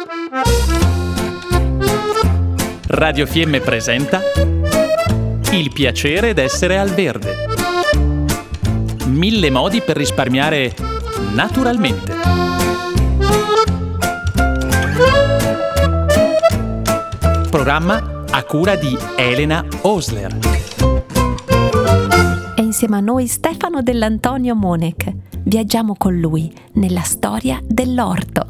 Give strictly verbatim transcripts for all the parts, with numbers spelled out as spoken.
Radio Fiemme presenta Il piacere d'essere al verde. Mille modi per risparmiare naturalmente. Programma a cura di Elena Osler. E insieme a noi Stefano Dell'Antonio Monek. Viaggiamo con lui nella storia dell'orto.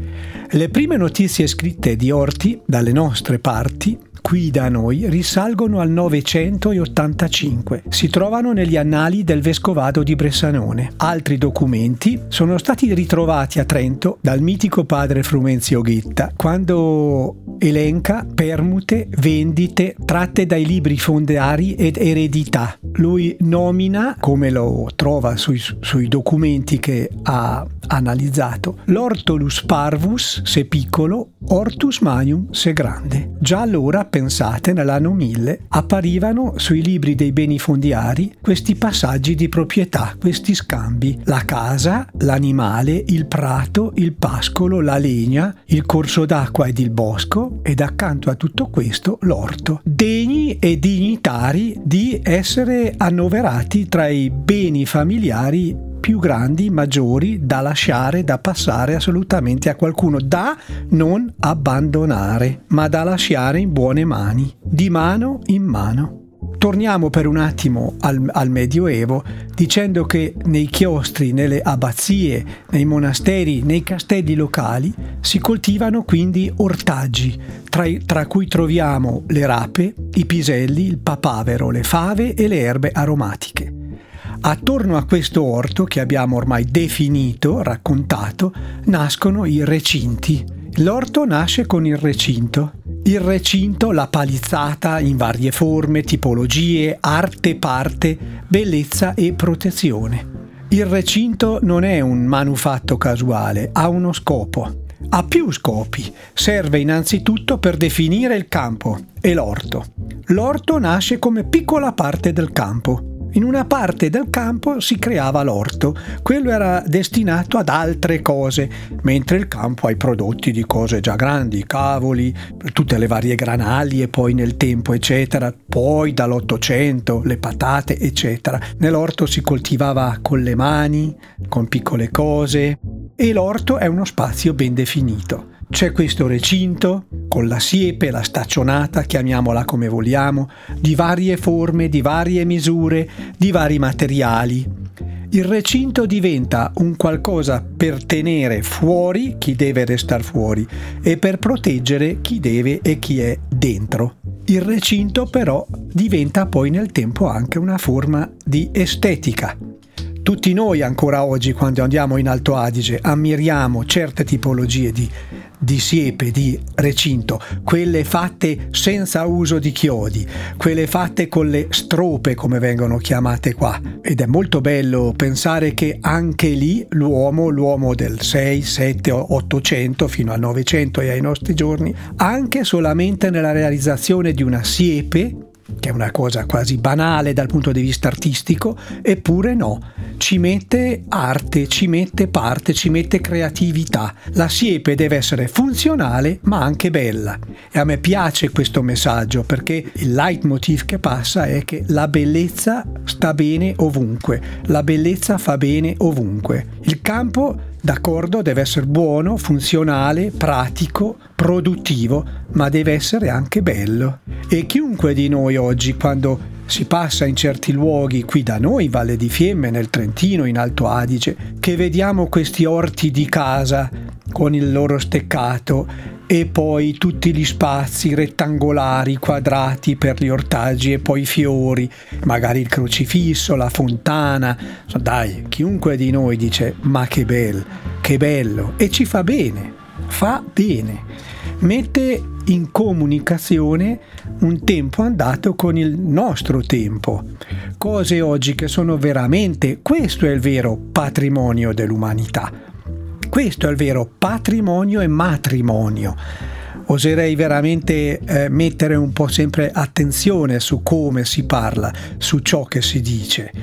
Le prime notizie scritte di orti dalle nostre parti, qui da noi, risalgono al novecentottantacinque. Si trovano negli annali del Vescovado di Bressanone. Altri documenti sono stati ritrovati a Trento dal mitico padre Frumenzio Ghetta, quando elenca permute, vendite tratte dai libri fondiari ed eredità. Lui nomina, come lo trova sui, sui documenti che ha analizzato, l'Ortolus parvus se piccolo, Hortus Magnum se grande. Già allora, pensate, nell'anno mille apparivano sui libri dei beni fondiari questi passaggi di proprietà, questi scambi: la casa, l'animale, il prato, il pascolo, la legna, il corso d'acqua ed il bosco, ed accanto a tutto questo l'orto, degni e dignitari di essere annoverati tra i beni familiari più grandi, maggiori, da lasciare, da passare assolutamente a qualcuno, da non abbandonare, ma da lasciare in buone mani, di mano in mano. Torniamo per un attimo al, al Medioevo, dicendo che nei chiostri, nelle abbazie, nei monasteri, nei castelli locali si coltivano quindi ortaggi, tra, tra cui troviamo le rape, i piselli, il papavero, le fave e le erbe aromatiche. Attorno a questo orto, che abbiamo ormai definito, raccontato, nascono i recinti. L'orto nasce con il recinto. Il recinto, la palizzata in varie forme, tipologie, arte, parte, bellezza e protezione. Il recinto non è un manufatto casuale, ha uno scopo. Ha più scopi. Serve innanzitutto per definire il campo e l'orto. L'orto nasce come piccola parte del campo. In una parte del campo si creava l'orto, quello era destinato ad altre cose, mentre il campo ha i prodotti di cose già grandi, i cavoli, tutte le varie granaglie, poi nel tempo eccetera, poi dall'Ottocento le patate eccetera. Nell'orto si coltivava con le mani, con piccole cose, e l'orto è uno spazio ben definito. C'è questo recinto con la siepe, la staccionata, chiamiamola come vogliamo, di varie forme, di varie misure, di vari materiali. Il recinto diventa un qualcosa per tenere fuori chi deve restare fuori e per proteggere chi deve e chi è dentro. Il recinto però diventa poi nel tempo anche una forma di estetica. Tutti noi ancora oggi, quando andiamo in Alto Adige, ammiriamo certe tipologie di, di siepe, di recinto, quelle fatte senza uso di chiodi, quelle fatte con le strope, come vengono chiamate qua. Ed è molto bello pensare che anche lì l'uomo, l'uomo del sei, sette, ottocento fino al novecento e ai nostri giorni, anche solamente nella realizzazione di una siepe, che è una cosa quasi banale dal punto di vista artistico, eppure no, ci mette arte, ci mette parte, ci mette creatività. La siepe deve essere funzionale ma anche bella, e a me piace questo messaggio, perché il leitmotiv che passa è che la bellezza sta bene ovunque, la bellezza fa bene ovunque. Il campo, d'accordo, deve essere buono, funzionale, pratico, produttivo, ma deve essere anche bello. E chiunque di noi oggi, quando si passa in certi luoghi qui da noi, Valle di Fiemme, nel Trentino, in Alto Adige, che vediamo questi orti di casa con il loro steccato e poi tutti gli spazi rettangolari, quadrati per gli ortaggi e poi i fiori, magari il crocifisso, la fontana, dai, chiunque di noi dice ma che bello, che bello, e ci fa bene, fa bene, mette in comunicazione un tempo andato con il nostro tempo, cose oggi che sono veramente, questo è il vero patrimonio dell'umanità, questo è il vero patrimonio e matrimonio. Oserei veramente eh, mettere un po' sempre attenzione su come si parla, su ciò che si dice.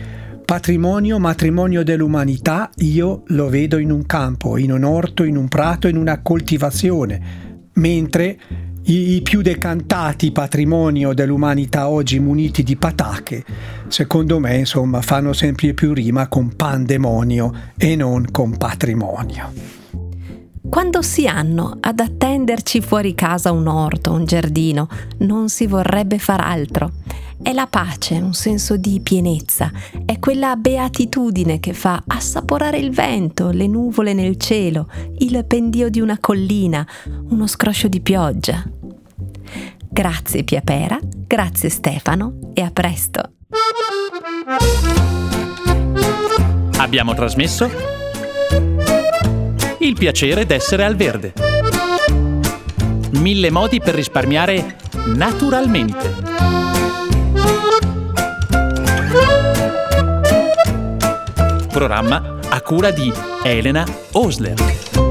patrimonio, matrimonio dell'umanità, io lo vedo in un campo, in un orto, in un prato, in una coltivazione, mentre i, i più decantati patrimonio dell'umanità oggi muniti di patache, secondo me, insomma, fanno sempre più rima con pandemonio e non con patrimonio. Quando si hanno ad attenderci fuori casa un orto, un giardino, non si vorrebbe far altro. È la pace, un senso di pienezza, è quella beatitudine che fa assaporare il vento, le nuvole nel cielo, il pendio di una collina, uno scroscio di pioggia. Grazie Pia Pera, grazie Stefano e a presto. Abbiamo trasmesso Il piacere d'essere al verde. Mille modi per risparmiare naturalmente. Programma a cura di Elena Osler.